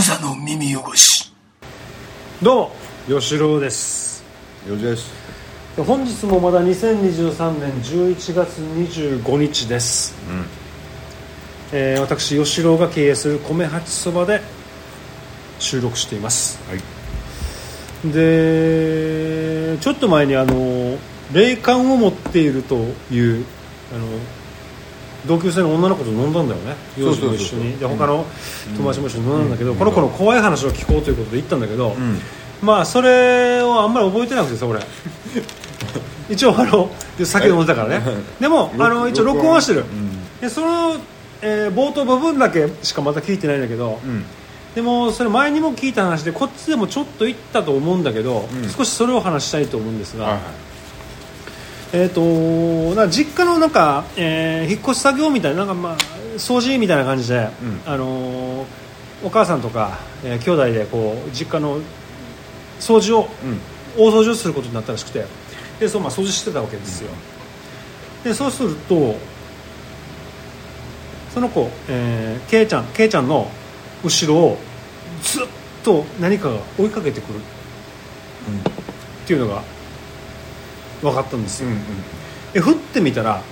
無座の耳汚し。 どうも吉郎です。 よじです。 本日もまだ2023年11月25日です、私吉郎が経営する米八そばで収録しています、 はい、 でちょっと前に霊感を持っているという同級生の女の子と飲んだんだよね。幼児も一緒にで他の友達も一緒に飲んだんだけど、この子の怖い話を聞こうということで行ったんだけど、まあそれをあんまり覚えてなくてさ俺一応酒飲んでたからね。でも一応録音はしてる、でその、冒頭部分だけしかまた聞いてないんだけど、でもそれ前にも聞いた話でこっちでもちょっと言ったと思うんだけど、少しそれを話したいと思うんですが、実家のなんか、引っ越し作業みたいな、掃除みたいな感じで、お母さんとか、兄弟でこう実家の掃除を、大掃除をすることになったらしくて、で掃除してたわけですよ。でそうするとその子、ケイちゃんの後ろをずっと何かが追いかけてくる、っていうのが分かったんですよ、で振ってみたら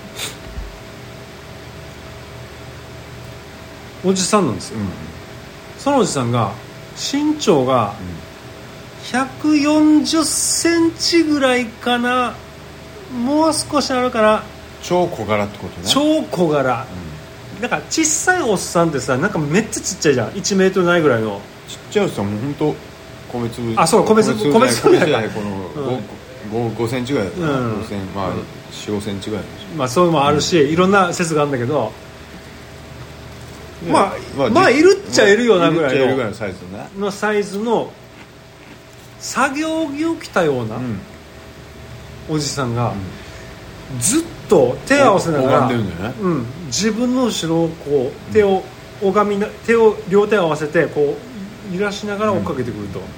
おじさんなんですよ、そのおじさんが身長が140センチぐらいかな、もう少しあるかな。 超小柄ってことね。 超小柄、なんか小さいおっさんってさ、なんかめっちゃちっちゃいじゃん。1メートルないぐらいのちっちゃいおっさんもう本当米粒。 あ、そう米粒ぐらいか。 この5センチぐらいだったな、5セン、4、5センチぐらい。 そういうのもあるし、いろんな説があるんだけど、いるっちゃいるようなぐらいのサイズね。 のサイズの作業着を着たようなおじさんがずっと手を合わせながら、自分の後ろをこう手を両手を合わせてこう揺らしながら追っかけてくると、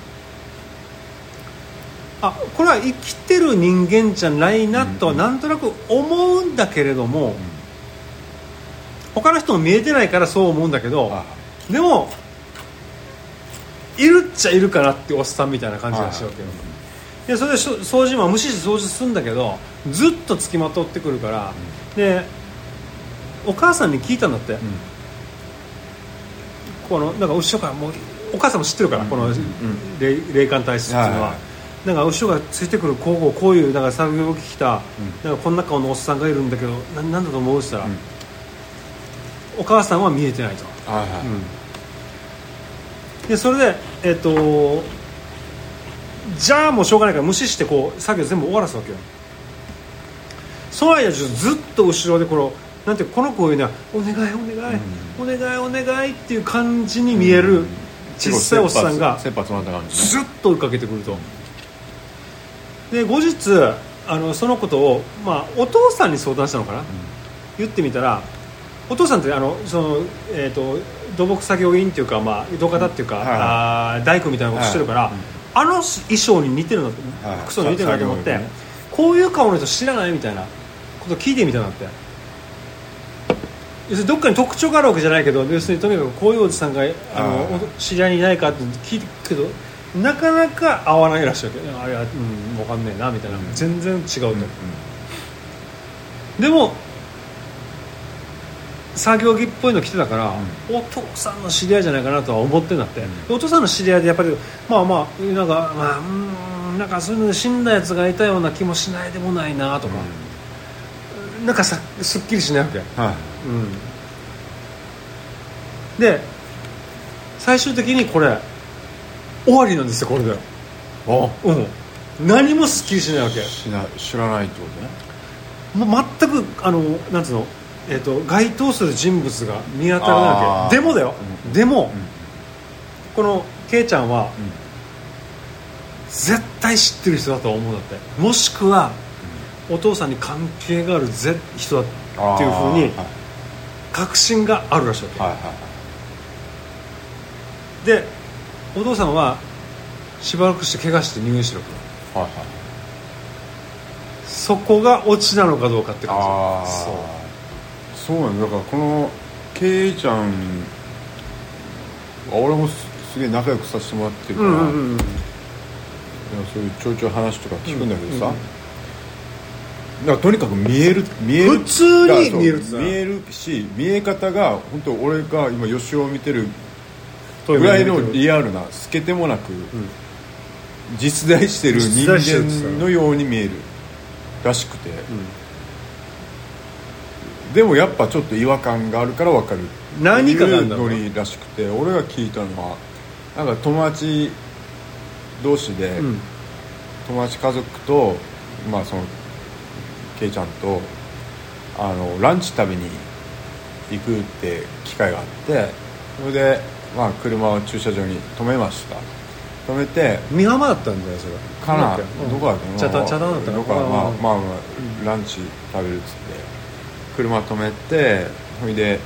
これは生きてる人間じゃないなとはなんとなく思うんだけれども、他の人も見えてないからそう思うんだけど、でもいるっちゃいるかなっておっさんみたいな感じがしたわけよ。でそれで掃除も無視して掃除するんだけど、ずっとつきまとってくるから、でお母さんに聞いたんだって、このなんか後ろからもうお母さんも知ってるから、この霊感体質っていうのは、なんか後ろがついてくるこういうなんか作業着着た、なんかこんな顔のおっさんがいるんだけど、なんだと思うって言ったら、お母さんは見えてないと。でそれでじゃあもうしょうがないから無視してこう作業全部終わらすわけよ。その間ずっと後ろでこの子を言うにはお願いっていう感じに見える小さいおっさんがずっと追いかけてくると。で後日そのことを、お父さんに相談したのかな、言ってみたら、お父さんって土木作業員っていうか、土方っていうか、大工みたいなことしてるから、衣装に似てるな、服装に似てるなと思って、こういう顔の人知らないみたいなことを聞いてみたなって。要するにどっかに特徴があるわけじゃないけど、要するにとにかくこういうおじさんが知り合いにいないかって聞いてくけど、なかなか合わないらしいわけ。あれは分かんねえなみたいな、全然違うと、でも作業着っぽいの着てたから、お父さんの知り合いじゃないかなとは思ってんだって、お父さんの知り合いでやっぱりなんかそういうので死んだやつがいたような気もしないでもないなとか、なんかすっきりしないわけ、で最終的にこれ終わりなんですよ、これで。何もすっきりしないわけ。 知らないってことね。 全くなんつうの、該当する人物が見当たらないわけ。でもだよ、でも、このケイちゃんは、絶対知ってる人だと思うんだって。もしくは、お父さんに関係がある人だっていうふうに確信があるらしいわけ、でお父さんはしばらくして怪我して入院してるわけ、そこがオチなのかどうかって感じ。 そうなんだ。からこのケイちゃん俺もすげえ仲良くさせてもらってるから、そういうちょいちょい話とか聞くんだけどさ、だからとにかく見える普通に見える見えるし、見え方が本当俺が今吉尾を見てるぐらいのリアルな、透けてもなく、実在してる人間のように見えるらしくて、でもやっぱちょっと違和感があるから分かる何かなんだろうノリらしくて、俺が聞いたのはなんか友達同士で、友達家族とまあそのケイちゃんとランチ食べに行くって機会があって、それでまあ車を駐車場に止めました。止めて美浜だったんだよそれかな、どこだっけな、 茶壇だったどこかまあランチ食べるっつって車止めて、それで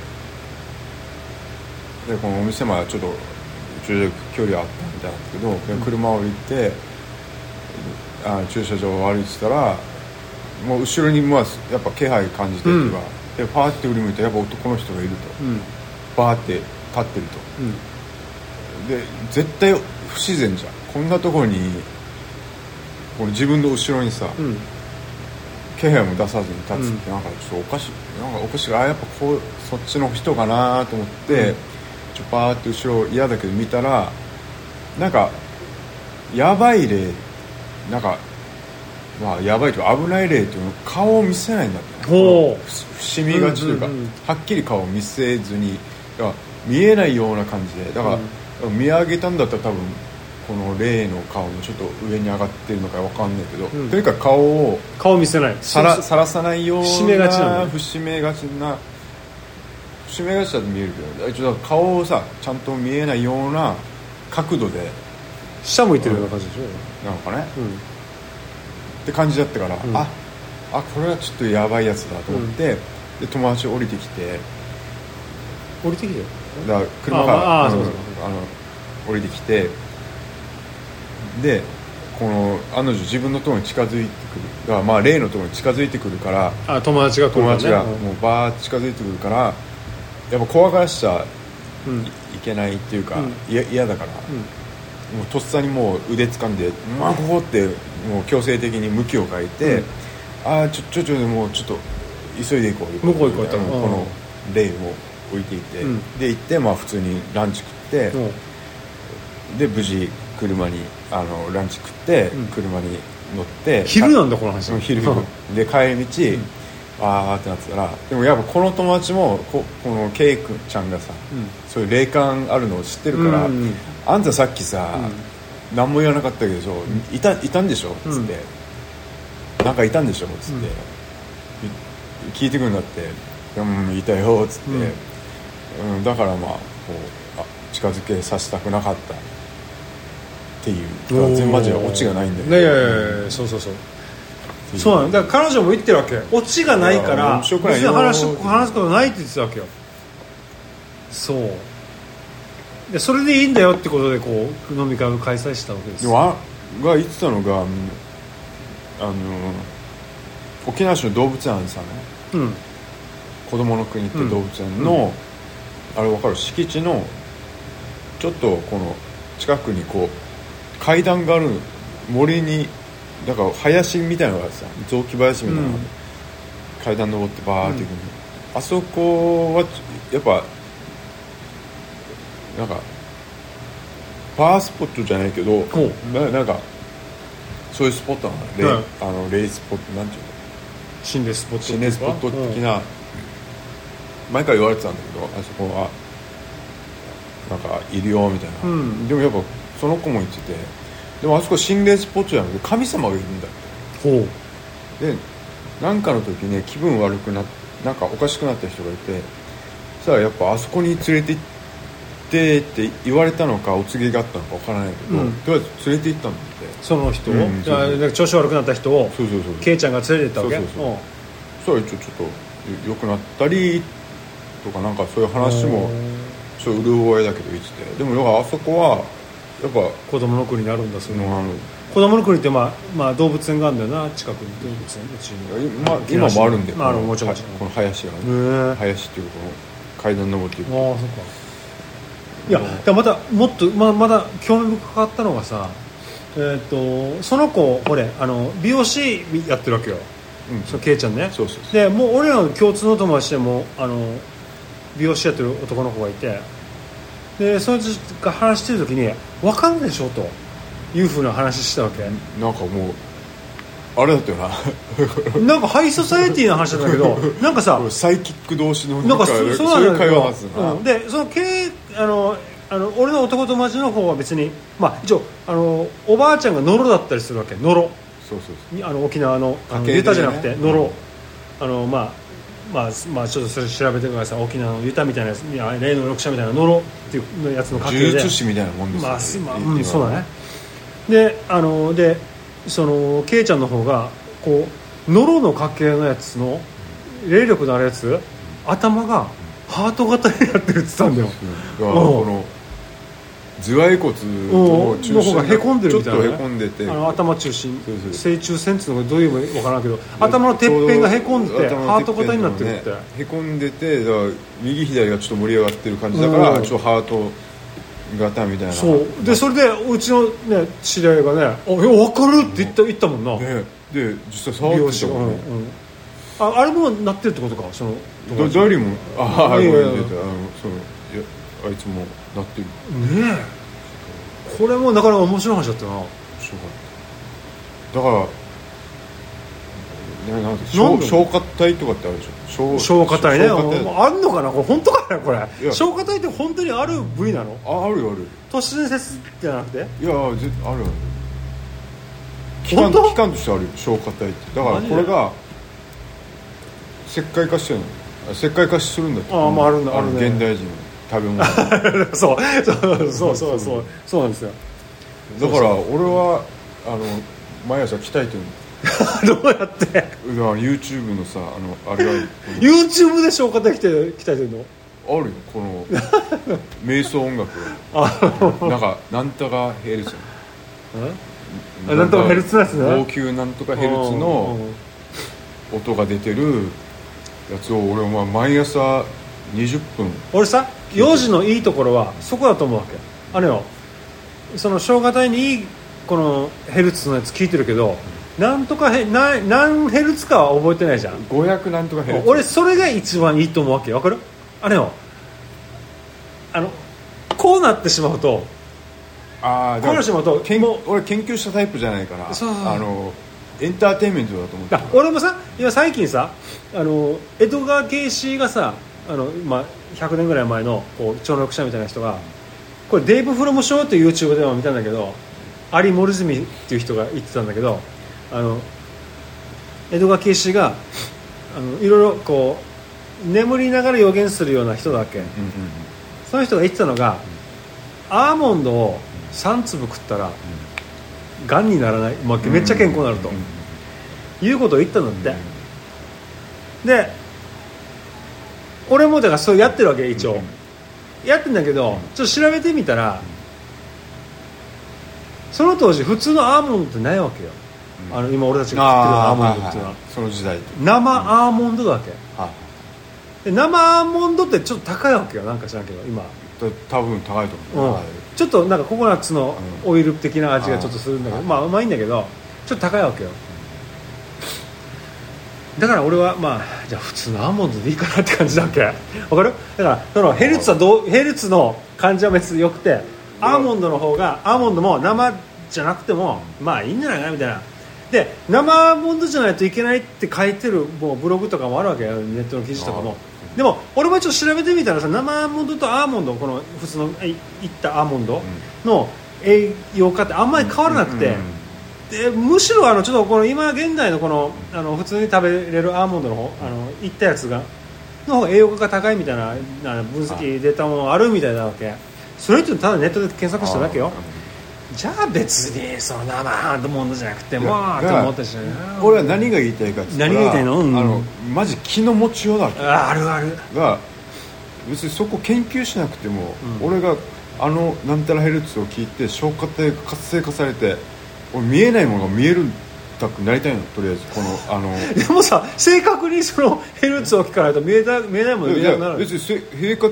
このお店までちょっと距離あったみたいなんだけど、車を降りて駐車場を歩いてたら、もう後ろにまあやっぱ気配感じてる人が、でパーって振り向いてやっぱ男の人がいると、バーって立ってると、で絶対不自然じゃん、こんなところにこの自分の後ろにさ、気配も出さずに立つって、なんかちょっとおかしい、やっぱそっちの人かなと思って、バーって後ろ嫌だけど見たら、なんかやばい例、なんかまあやばいというか危ない例っていうの、顔を見せないんだってね、伏みがちというか、はっきり顔を見せずに、だから見えないような感じで、だから、見上げたんだったら多分この霊の顔のちょっと上に上がってるのか分かんないけど、とにかく顔見せない、 さらさないような、 伏し目がちなんだ、 伏し目がちだと見えるけど、顔をさちゃんと見えないような角度で下向いてるような感じでしょ、 なんかね、って感じだったから、これはちょっとやばいやつだと思って、で友達降りてきてだから車から降りてきて、でこの女自分のところに近づいてくる、だからまあ霊のところに近づいてくるから、 友達がもうバーッと近づいてくるから、やっぱ怖がらしちゃいけないっていうか、嫌だから、もうとっさにもう腕掴んで、ここってもう強制的に向きを変えて、ちょもうちょっと急いで行こう向こう行こうと、 この霊を置いていて、で行ってまあ普通にランチ食って、で無事車にランチ食って、車に乗って、 昼なんだこの話、 昼で帰り道、ってなってたら、でもやっぱこの友達もこのケイ君ちゃんがさ、そういう霊感あるのを知ってるから、あんたさっきさ、何も言わなかったけどいたんでしょっつって、なんかいたんでしょっつって、聞いてくるんだって、いたよっつって、だからまあこう近づけさせたくなかったっていう、全マジでオチがないんだよね。そうそうなんだから彼女も言ってるわけ、オチがないから別に話すことないって言ってたわけよ。そうで、それでいいんだよってことでこう飲み会を開催したわけです。 が言ってたのが沖縄市の動物園さね、子供の国って動物園の、あれ分かる、敷地のちょっとこの近くにこう階段がある、森にだから林みたいなのがさ、雑木林みたいなのが、階段登ってバーって行くの、あそこはやっぱなんかパワースポットじゃないけど、なんかそういうスポットなんで、霊スポットなんていうの、 心霊スポット的な、前から言われてたんだけど、あそこはなんかいるよみたいな、でもやっぱその子も言ってて、でもあそこ心霊スポットじゃなくて神様がいるんだって。でなんかの時ね、気分悪くなんかおかしくなった人がいて、そしたらやっぱあそこに連れて行ってって言われたのか、お告げがあったのかわからないけど、とりあえず連れて行ったんだって、その人を、 調子悪くなった人をケイちゃんが連れて行ったわけ。 そしたらちょっと良くなったりとか、なんかそういう話もちょっと潤いだけど言ってて、でもあそこはやっぱ子供の国にあるんだ。その子供の国ってまあ動物園があるんだよな、近くに動物園のチーム、 今もあるんで、 もちろんこの林がね、林っていうこの階段登っていく、 いやだからまたもっと、まだ興味深かったのがさ、その子これ美容師やってるわけよ、そのケイちゃんね。 そうでもう俺らの共通の友達でも美容師やってる男の子がいて、でそいつが話してる時に分かるでしょという風な話したわけ。 なんかもうあれだったよななんかハイソサエティな話だったけどなんかさサイキック同士のなんかそういう会話はずな、 でその俺の男友達の方は別に、一応おばあちゃんがノロだったりするわけ。ノロ、 そう沖縄のユタじゃなくてノロ、ちょっとそれ調べてください。沖縄のユタみたいなやつ、霊の6社みたいなノロっていうやつの家系で呪術師みたいなもんですよね。 そうだね。でそのケイちゃんの方がこうノロの家系のやつの霊力のあるやつ、頭がハート型になってるって言ったんだよ。 この頭蓋骨との方がへこんでるみたいな、ね、 ちょっとへこんでて頭中心正中線っていうのがどういうのか分からんけど、頭のてっぺんがへこんでてハート型になってるって、 へこんでて、だから右左がちょっと盛り上がってる感じだから、ちょっとハート型みたいな。 そうでそれでうちの、ね、知り合いがね分かるって言ったもんな、 で実際触ってたもんね、 あれもなってるってことか。そのダリもあいつもなってるねえ。これもなかなか面白い話だったな。 だから消化体とかってあるでしょ。 消化体ね。あんのかなこれ、本当かなこれ。消化体って本当にある部位なの？ ある都市伝説じゃなくて？ いやある器官としてあるよ、消化体って。だからこれが石灰化してるの。石灰化するんだって。 あるんだ、 現代人の食べ物そうなんですよ。 だから俺は毎朝鍛えてるのどうやって？ YouTube のさあれが YouTube で消化体鍛えてるの？ あるよ、この瞑想音楽なんとかヘルツなんとかヘルツのやつね。 高級なんとかヘルツの音が出てるやつを俺は毎朝20分。 俺さ幼児のいいところはそこだと思うわけ。その消化体にいいこのヘルツのやつ聞いてるけど、なんとか何ヘルツかは覚えてないじゃん。 500なんとかヘルツ。 俺それが一番いいと思うわけ。わかる？こうなってしまうと俺研究したタイプじゃないからエンターテインメントだと思って。 俺もさ今最近さ江戸川慶史がさ100年ぐらい前の超能力者みたいな人が、これデイブ・フロムショーっていう YouTube でも見たんだけど、アリ・モルズミっていう人が言ってたんだけど、江戸川慶史がいろいろ眠りながら予言するような人だっけ、その人が言ってたのが、アーモンドを3粒食ったらがんにならない、めっちゃ健康になると、いうことを言ったんだって。で俺もだからそうやってるわけ、一応やってんだけど、ちょっと調べてみたらその当時普通のアーモンドってないわけよ。今俺たちが食ってるアーモンドっていうのは、 その時代生アーモンドだわけ。で生アーモンドってちょっと高いわけよ。なんか知らんけど今多分高いと思う、 ちょっとなんかココナッツのオイル的な味がちょっとするんだけど、うまいんだけどちょっと高いわけよ。だから俺はじゃあ普通のアーモンドでいいかなって感じだっけ。わかる？だからそのヘルツの感じは別によくて、アーモンドの方がアーモンドも生じゃなくてもいいんじゃないかなみたいな。で生アーモンドじゃないといけないって書いてるもうブログとかもあるわけよ、ネットの記事とかも。でも俺もちょっと調べてみたらさ、生アーモンドとアーモンド、この普通のいったアーモンドの栄養価ってあんまり変わらなくて、でむしろちょっとこの今現代のこの普通に食べれるアーモンドの方いったやつの方が栄養価が高いみたいな分析データもあるみたいなわけ。それってただネットで検索しただけよ。じゃあ別にその生アーモンドじゃなくてもって思ったし、 俺は何が言いたいかって言ったら、 何が言いたいの？ マジ気の持ちようだっけ。 あるが別にそこ研究しなくても、俺がなんたらヘルツを聞いて消化体が活性化されて、俺見えないものが見えるたくなりたいの。とりあえずでもさ、正確にそのヘルツを聞かないと見えないものが見えなくなる。 別に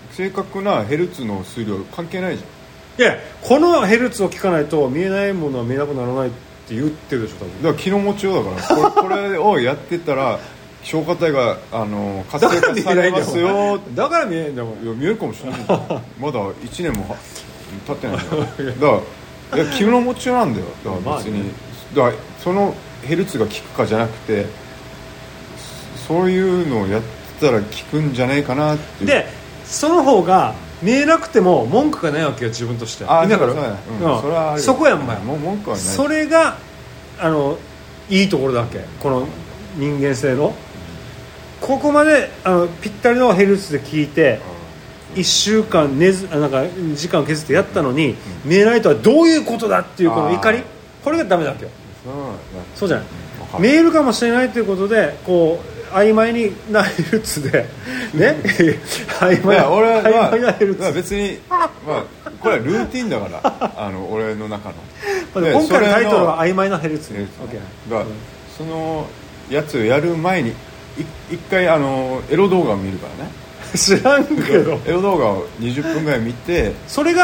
正確なヘルツの数量関係ないじいやこのヘルツを聞かないと見えないものは見えなくならないって言ってるでしょ多分。 ゃん。だから気の持ちようだからこれをやってたら消化体が活性化されますよ。 だから見えないんだもん。 いや見えるかもしれないまだ1年も経ってないんだからいや気の持ちなんだよ。だから別に、だからそのヘルツが効くかじゃなくてそういうのをやってたら効くんじゃないかなっていう。 でその方が見えなくても文句がないわけよ自分として。 ああだからそうや、それはあるよ。 そこやんまよ。 もう文句はない。 それがいいところだけこの人間性のここまでぴったりのヘルツで聞いて1週間なんか時間を削ってやったのに、見えないとはどういうことだっていうこの怒り、これがダメだわけよ。そうじゃない、見えるかもしれないということでこう曖昧になヘルツでね曖昧なヘルツ別に、これはルーティンだから俺の中の今回のタイトルは曖昧なヘルツ、 がそのやつをやる前に一回エロ動画を見るからね。 知らんけどエロ動画を20分ぐらい見てそれが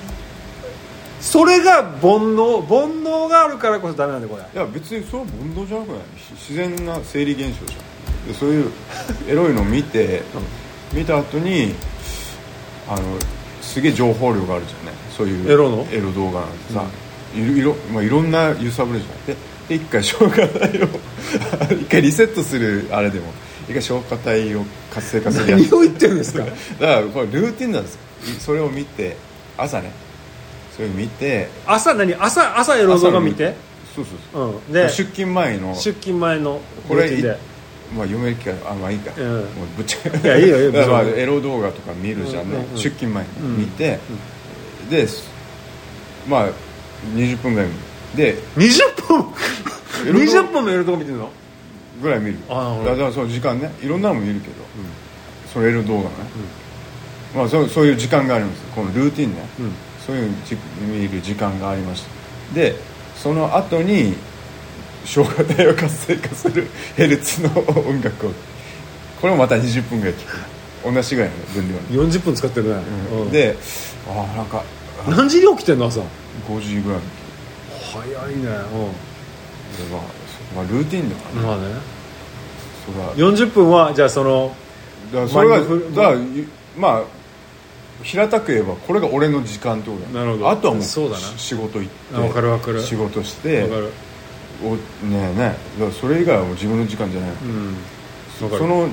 煩悩があるからこそダメなんだこれ。 いや別にそれは煩悩じゃなくない自然な生理現象じゃん。でそういうエロいのを見て見た後にすげえ情報量があるじゃんね。そういうエロ動画なんてさ、いろんな揺さぶるじゃん。で一回消化体を一回リセットするあれでも一回消化体を活性化するやつ。 何を言ってるんですか。 だからこれルーティンなんですよ。それを見て朝ねそれを見て朝エロ動画見てそう、 で出勤前のこれで読める機会まあいいか、もうぶっちゃけいやいいよエロ動画とか見るじゃんね、出勤前に見て、でまあ20分ぐらいで 20分もエロ動画見てるのぐらい見る。だからその時間ねいろんなのも見るけど、そのエロ動画ね、まあそういう時間があります。このルーティンね、そういう見る時間がありました。でその後に消化体を活性化するヘルツの音楽をこれもまた20分ぐらい聴く。同じぐらいの分量 40分使ってるね、 でなんか何時に起きてんの朝 5時ぐらい早いね。 まあルーティンだからね。 まあねそれは 40分はじゃあそれがまあ平たく言えばこれが俺の時間ってことだ。 なるほど。 あとはもうそうだな、 仕事行って分かる仕事して分かるねだからそれ以外はもう自分の時間じゃない、その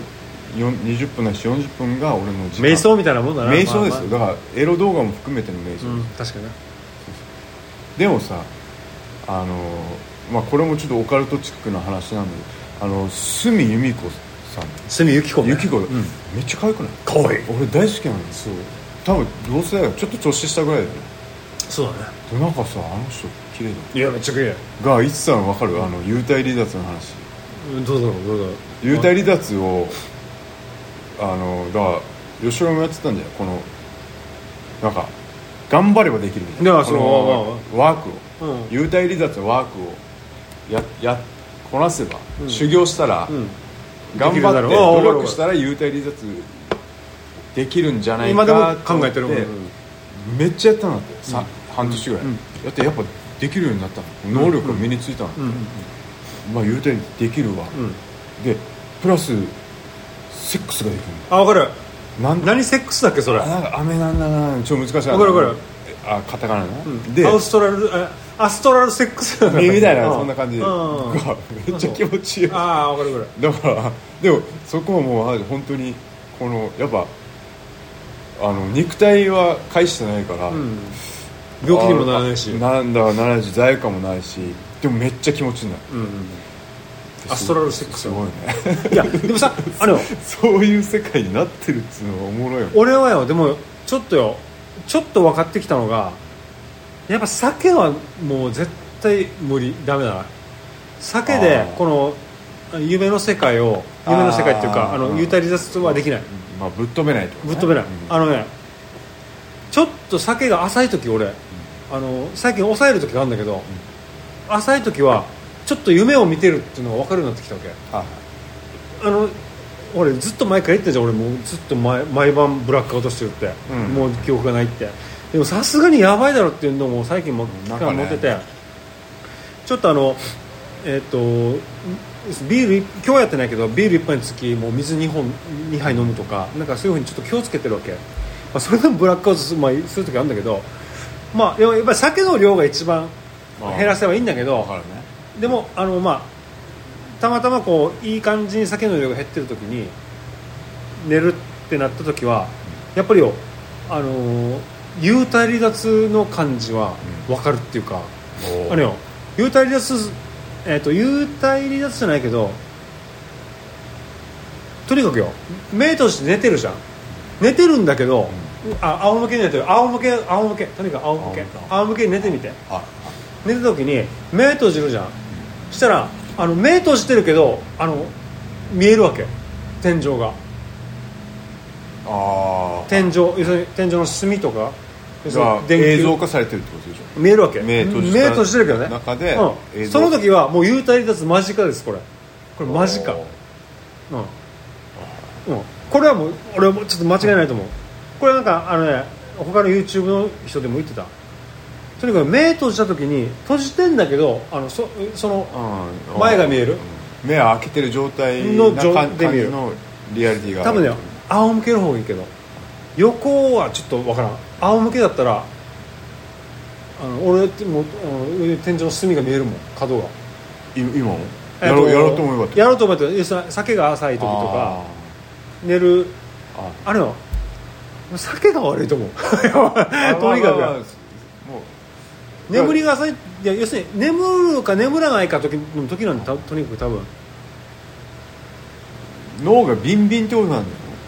20分ないし40分が俺の時間。 瞑想みたいなもんだな。 瞑想ですよ。だからエロ動画も含めての瞑想です、 確かにね。 でもさまあこれもちょっとオカルトチックな話なんだけど角由美子さん角由紀子、 めっちゃ可愛くない？ 可愛い。 俺大好きなんですよ。多分同世代がちょっと年下ぐらいだよね。 そうだね。 でなんかさあの人綺麗だ。 いやめっちゃ綺麗がいつさん分かる？幽体離脱の話。 どうだろう幽体離脱をだから吉野もやってたんだよ。このなんか頑張ればできるみたいな。ワークを、幽体離脱のワークをこなせば、修行したら、頑張って努力したら幽体離脱できるんじゃないかと思って今でも考えてるもん、 めっちゃやったんだって、半年ぐらい、やってやっぱできるようになったの、能力が身についたの、まあ幽体できるわ、でプラスセックスができるの。 分かる。何セックスだっけそれ。 なんか雨なんだな、ちょっと難しい。 分かるカタカナね、 でアストラルセックスみたいな、そんな感じでめっちゃ気持ちいい。 分かるだからでもそこはもう本当にこのやっぱ肉体は介してないから、 病気にもならないしならないし罪悪感もないし、でもめっちゃ気持ちいいんだ、 アストラルセックスすごいね。 いやでもさそういう世界になってるっていうのがおもろいよ。 俺はよでもちょっと分かってきたのが、やっぱ酒はもう絶対ダメだな。酒でこの夢の世界っていうか幽体離脱はできない。 まあぶっ飛べないとか、ね、 ぶっ飛べない、ちょっと酒が浅い時俺最近抑える時があるんだけど、浅い時はちょっと夢を見てるっていうのが分かるようになってきたわけ。 俺ずっと前から言ってんじゃん。俺もうずっと毎晩ブラックアウトしてるって、もう記憶がないって。でもさすがにやばいだろっていうのも最近も期間持ってて、ちょっとビール今日やってないけどビール1杯につきもう水2杯飲むとか、なんかそういう風にちょっと気をつけてるわけ。それでもブラックアウトする時あるんだけど、やっぱり酒の量が一番減らせばいいんだけど、でもたまたまこういい感じに酒の量が減ってる時に寝るってなった時はやっぱり幽体離脱の感じは分かるっていうか、幽体離脱幽体離脱じゃないけど、とにかくよ、目閉じて寝てるじゃん。寝てるんだけど、仰向けに寝てる。仰向けとにかく仰向けに寝てみて。寝た時に目閉じるじゃん。したら目閉じてるけど見えるわけ、天井が。天井の隅とか映像化されてるってことでしょ。 見えるわけ。 目閉じてるけどね、中で、 その時はもう幽体離脱間近です。これ間近。これはもう俺はちょっと間違いないと思う。これなんか他の YouTube の人でも言ってた。とにかく目閉じた時に閉じてんだけどその前が見える、 目を開けてる状態の感じのリアリティがある。 多分ね、仰向けの方がいいけど、横はちょっと分からん。仰向けだったら俺も天井の隅が見えるもん、角が。 今もやろうと思えばやろうと思えば、酒が浅い時とか寝るあれは酒が悪いと思うとにかく眠りが浅い。いや、要するに眠るか眠らないか時なんで、とにかく多分脳がビンビンってことなんだよ。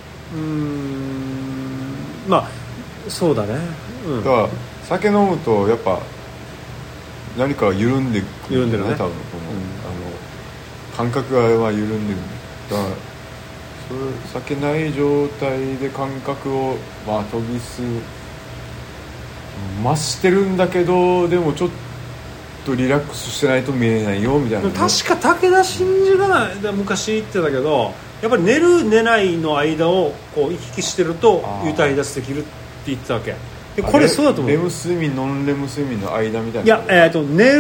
そうだね、 だから酒飲むとやっぱ何か緩んでくるんだよね、多分感覚が緩んでる。だから酒ない状態で感覚を研ぎす増してるんだけど、でもちょっとリラックスしてないと見えないよみたいな。 確か武田真治が昔言ってたけど、やっぱり寝る寝ないの間をこう行き来してると幽体離脱できるって言ってたわけで、これそうだと思う。 レム睡眠ノンレム睡眠の間みたいな。 いや、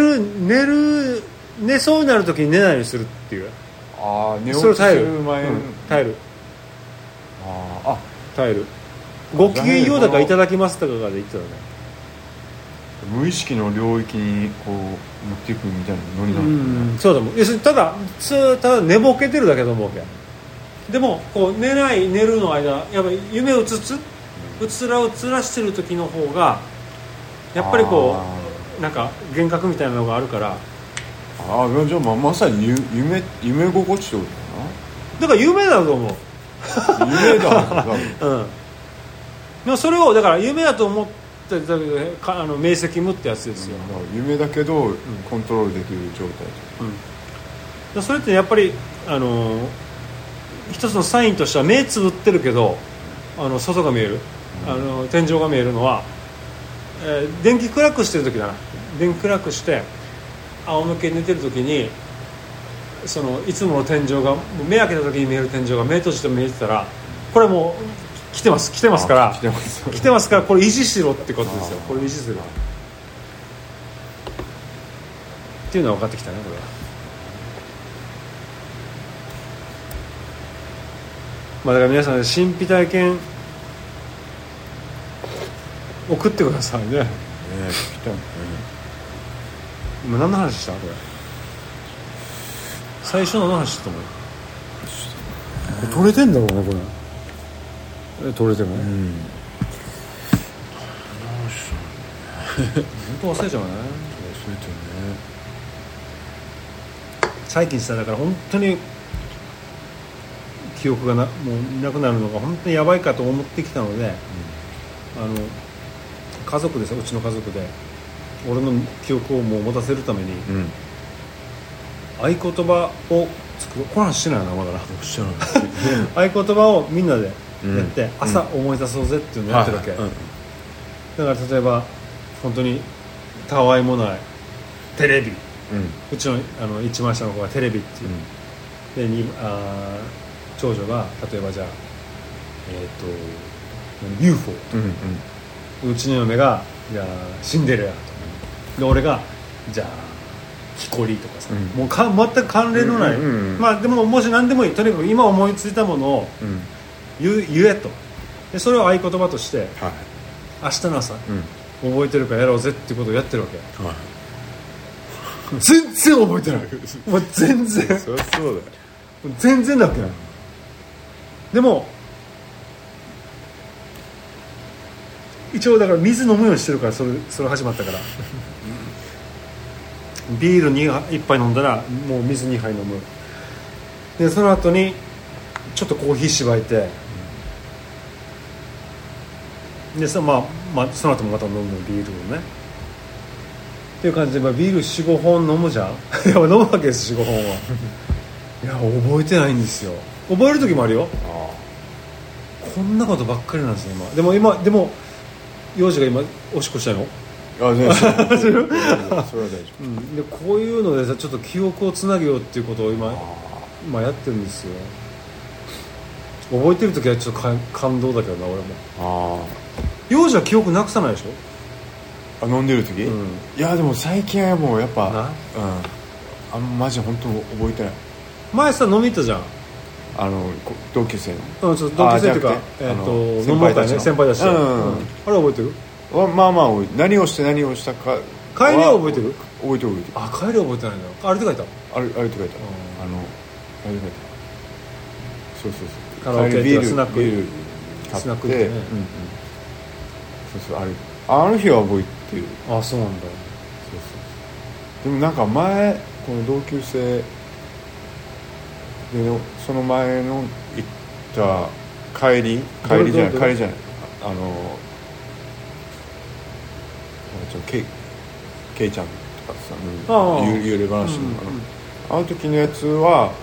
寝そうになるときに寝ないようにするっていう。 寝落ちする前に耐える。ごきげんようだからいただきますとかで言ってたね。 無意識の領域にこう持っていくみたいなノリなんそうだもん。要するにただ寝ぼけてるだけだと思うわけ。でもこう寝るの間、やっぱり夢をうつらしてる時の方がやっぱりこうなんか幻覚みたいなのがあるから。 じゃあまさに夢心地ってことだから夢だと思う。 夢だでもそれをだから夢だと思ってたけど明晰夢ってやつですよ。 夢だけどコントロールできる状態。 それってやっぱり一つのサインとしては、目つぶってるけど外が見える、天井が見えるのは、電気暗くしてる時だな。電気暗くして仰向けに寝てる時にいつもの天井が目開けた時に見える天井が目閉じて見えてたら、これもう来てますからこれ維持しろってことですよ。これ維持するっていうのは分かってきたね、これは。だから皆さん、神秘体験送ってくださいね。聞きたいね。今何の話したこれ。最初の話したもん。これ取れてんだろうね、これ。取れてるね。本当忘れちゃうね。最近さ、だから本当に記憶がもうなくなるのが本当にやばいかと思ってきたので、家族でさ、うちの家族で俺の記憶をもう持たせるために、合言葉を作る。この話してないな、まだな。合言葉をみんなでやって、朝思い出そうぜっていうのをやってるわけ。だから例えば本当にたわいもないテレビ、うちの一番下の子がテレビっていう、で長女が例えばじゃあUFO とか、うちの嫁がじゃあシンデレラとか、で俺がじゃあ木こりとかさ、もう全く関連のない、まあでももし何でもいい、とにかく今思いついたものを言えと、でそれを合言葉として、明日の朝、覚えてるからやろうぜっていうことをやってるわけ、全然覚えてないもう全然そりゃそうだよ、 全然だわけない。でも一応だから水飲むようにしてるから、それ始まったからビール1杯飲んだらもう水2杯飲む。でその後にちょっとコーヒーしばいて、でまあその後もまた飲むビールをねっていう感じで、ビール 4,5 本飲むじゃんいや飲むわけです 4,5 本はいや覚えてないんですよ。覚える時もあるよ。こんなことばっかりなんですよ今。でも幼児が今おしっこしたの全然それは大丈夫、 でこういうのでさ、ちょっと記憶をつなげようっていうことを今やってるんですよ。覚えてる時はちょっと感動だけどな俺も。幼児は記憶なくさないでしょ、 飲んでる時、いやでも最近はもうやっぱマジ本当覚えてない。 前さ飲み行ったじゃん、 同級生の、 同級生っていうか先輩たちの先輩たち、あれ覚えてる？ まあ何をしたか帰りは覚えてる？ 覚えてる。 帰りは覚えてないんだ。あれって書いた？ あれって書いた。そうカラオケっていうかスナックビール買って、そうあの日は覚えてる。 そうなんだ。 でもなんか前この同級生でその前の行った帰りじゃないケイちゃんとかさ、幽霊話のあの時のやつは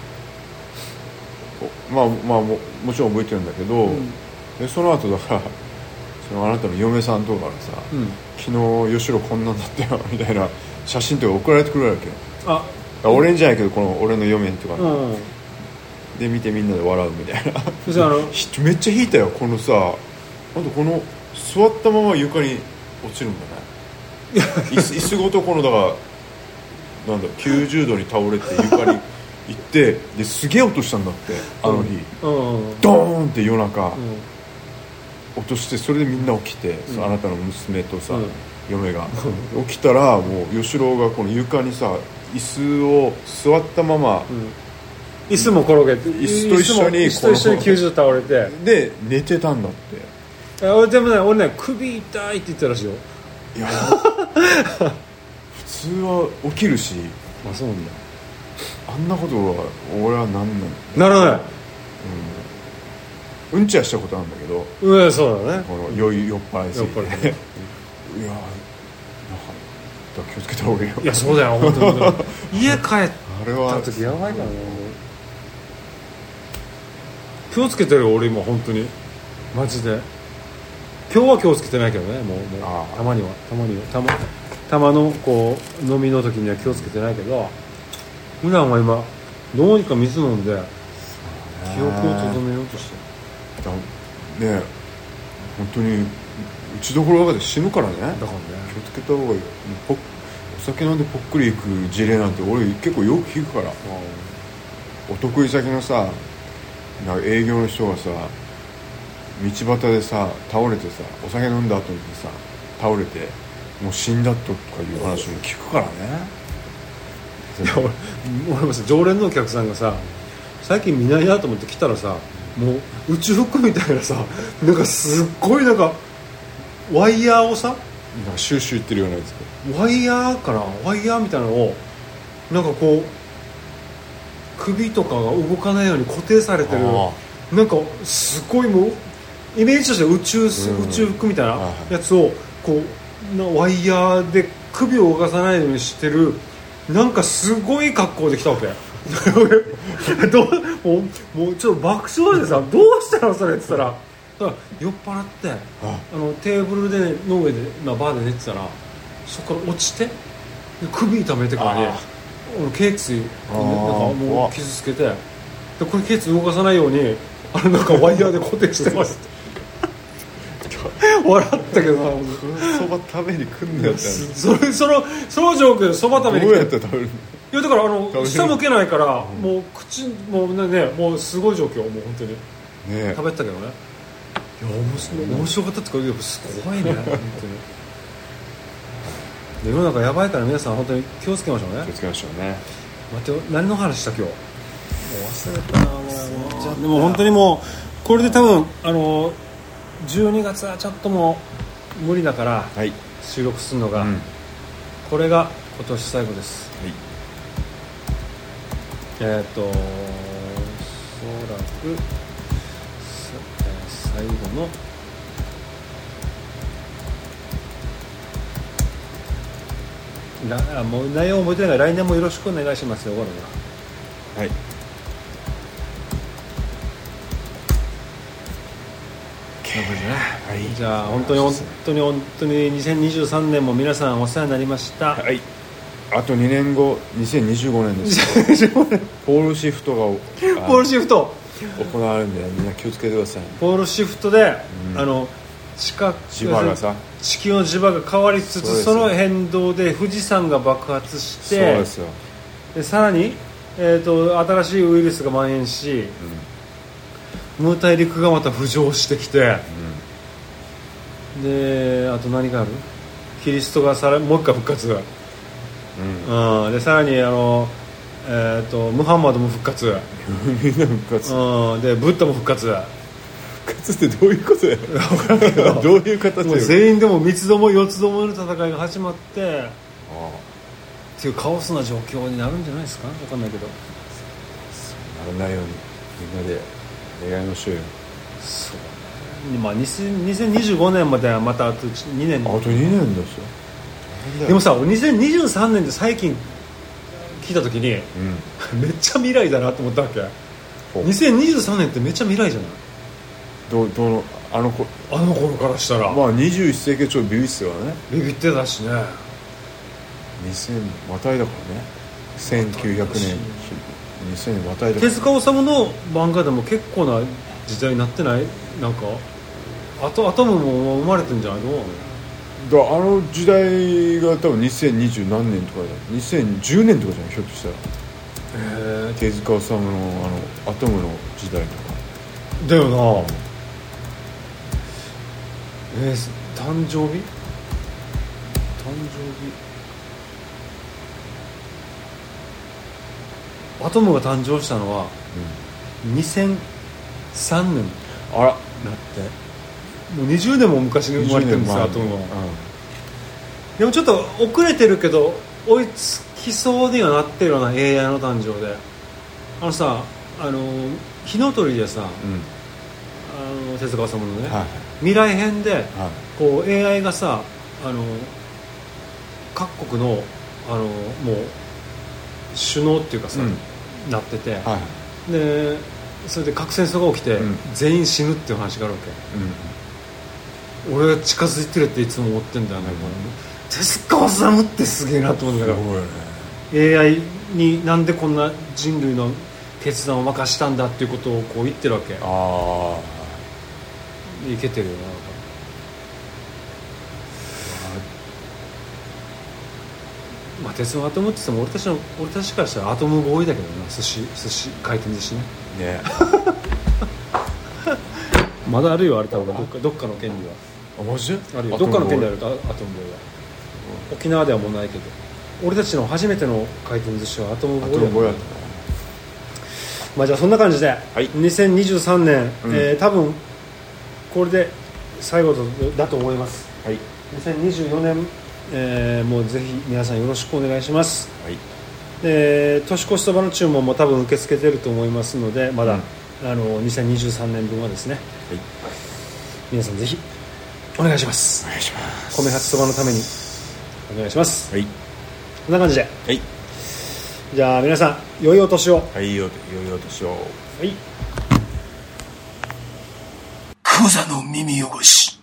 まあもちろん覚えてるんだけど、でその後だからあなたの嫁さんとかからさ、昨日吉野こんなんだったよみたいな写真とか送られてくるわけよ。俺んじゃないけどこの俺の嫁とか、で見てみんなで笑うみたいなめっちゃ引いたよ。このさ、あとこの座ったまま床に落ちるんだね椅子ごとこのだからなんだ90度に倒れて床に行ってですげえ落としたんだってあの日、ドーンって夜中、落として、それでみんな起きて、あなたの娘とさ、嫁が起きたらもう吉郎がこの床にさ椅子を座ったまま、 椅子も転げて椅子と一緒に 90度倒れてで寝てたんだって。 でもね俺ね首痛いって言ってたらしいよ。 いや普通は起きるし、 そうなんだ。 あんなことは俺はなんならない。 うんちはしたことあるんだけど、 そうだね、 この酔っ払いすぎていやなんか気をつけた方がいいよ。 いやそうだよ本当に家帰った時やばいからね。気をつけてるよ俺今本当にマジで。今日は気をつけてないけどね、もうたまにはたまのこう飲みの時には気をつけてないけど、普段は今どうにか水飲んで記憶を整めようとしてね。本当に打ちどころがで死ぬからね。だからね気をつけた方がいい。お酒飲んでぽっくりいく事例なんて俺結構よく聞くから。お得意先のさなんか営業の人がさ道端でさ倒れてさ、お酒飲んだ後にさ倒れてもう死んだとかいう話も聞くからね。 いや俺もさ常連のお客さんがさ最近見ないなと思って来たらさ、もう宇宙服みたいなさなんかすっごいなんかワイヤーをさなんかシューシューいってるようなやつワイヤーみたいなのをなんかこう首とかが動かないように固定されてる、なんかすごいもうイメージとしては宇宙服みたいなやつをこうワイヤーで首を動かさないようにしてる、なんかすごい格好で来たわけもうちょっと爆笑でさどうしたのそれって言ったら、酔っ払ってテーブルの上で、バーで寝てたらそこから落ちて首痛めてからね頸椎なんかもう傷つけてでこれケツ動かさないようになんかワイヤーで固定してます笑ったけどなそば食べに来んのやったらその状況でそば食べに来てどうやって食べるの？ いやだから下向けないから、もう口もうねもうすごい状況、もう本当にね食べてたけどね。いや面白かったっていうかすごいね本当に。で世の中やばいから皆さん本当に気をつけましょうね。 気をつけましょうね。 待って何の話した今日。もう忘れたなもう。でも本当にもうこれで多分12月はちょっともう無理だから、 はい、 収録するのが、これが今年最後です。 はい、 おそらく最後のもう内容を覚えてないから来年もよろしくお願いしますよ。 はい。 はい、じゃあ本当に2023年も皆さんお世話になりました。 はい。あと2年後2025年です。ポールシフトがポールシフト行われるんでみんな気をつけてください。 ポールシフトで、地球の磁場が変わりつつ、その変動で富士山が爆発して、 そうですよ。 でさらに、新しいウイルスが蔓延し、ムー大陸がまた浮上してきて、であと何がある？キリストがもう一回復活、でさらにムハンマドも復活みんな復活、 でブッダも復活。 復活ってどういうことやどういう形でもう全員でも三つども四つどもの戦いが始まってっていうカオスな状況になるんじゃないですか。分かんないけどそうならないようにみんなで願いましょうよ。 そう、まあ、2025年まではまたあと2年。 あと2年ですよ。 でもさ2023年で最近聞いた時に、めっちゃ未来だなと思ったわけ。2023年ってめっちゃ未来じゃない？あの頃からしたらまあ21世紀はちょっとビビってたよね。 ビビってたしね。 2000またいだからね。1900年2000年またいだから。 手塚治虫の漫画でも結構な時代になってない？なんかアトムも生まれてんじゃないの？ あの時代が多分2020何年とかだ。2010年とかじゃないひょっとしたら。手塚治虫のアトムの時代とかだよな。誕生日アトムが誕生したのは、2003年あらなってもう20年も昔に生まれてるんですよアトムは。でもちょっと遅れてるけど追いつきそうにはなってるような AI の誕生でさ火の鳥でさ、手塚治虫のね、未来編で、こう AI がさ各国のもう首脳っていうかさ、なってて、でそれで核戦争が起きて、全員死ぬっていう話があるわけ。俺が近づいてるっていつも思ってんだよね。手塚治虫ってすげえなと思うんだけど、AI になんでこんな人類の決断を任したんだっていうことをこう言ってるわけ。いけてるよな。まあ鉄のアトムって言っても俺たちからしたらアトムボーイだけどな。寿司回転寿司ね。まだあるよあれ多分どっかの県には。 マジで？ あるよ。どっかの県にあるアトムボーイは。沖縄ではもうないけど。俺たちの初めての回転寿司はアトムボーイだった。まあじゃあそんな感じで、2023年、多分これで最後だと思います。2024年、もうぜひ皆さんよろしくお願いします。年越しそばの注文も多分受け付けてると思いますので、まだ、2023年分はですね、皆さんぜひお願いします。米八そばのためにお願いします。こんな感じで、じゃあ皆さん良いお年を。 良いお年を。 クザの耳汚し。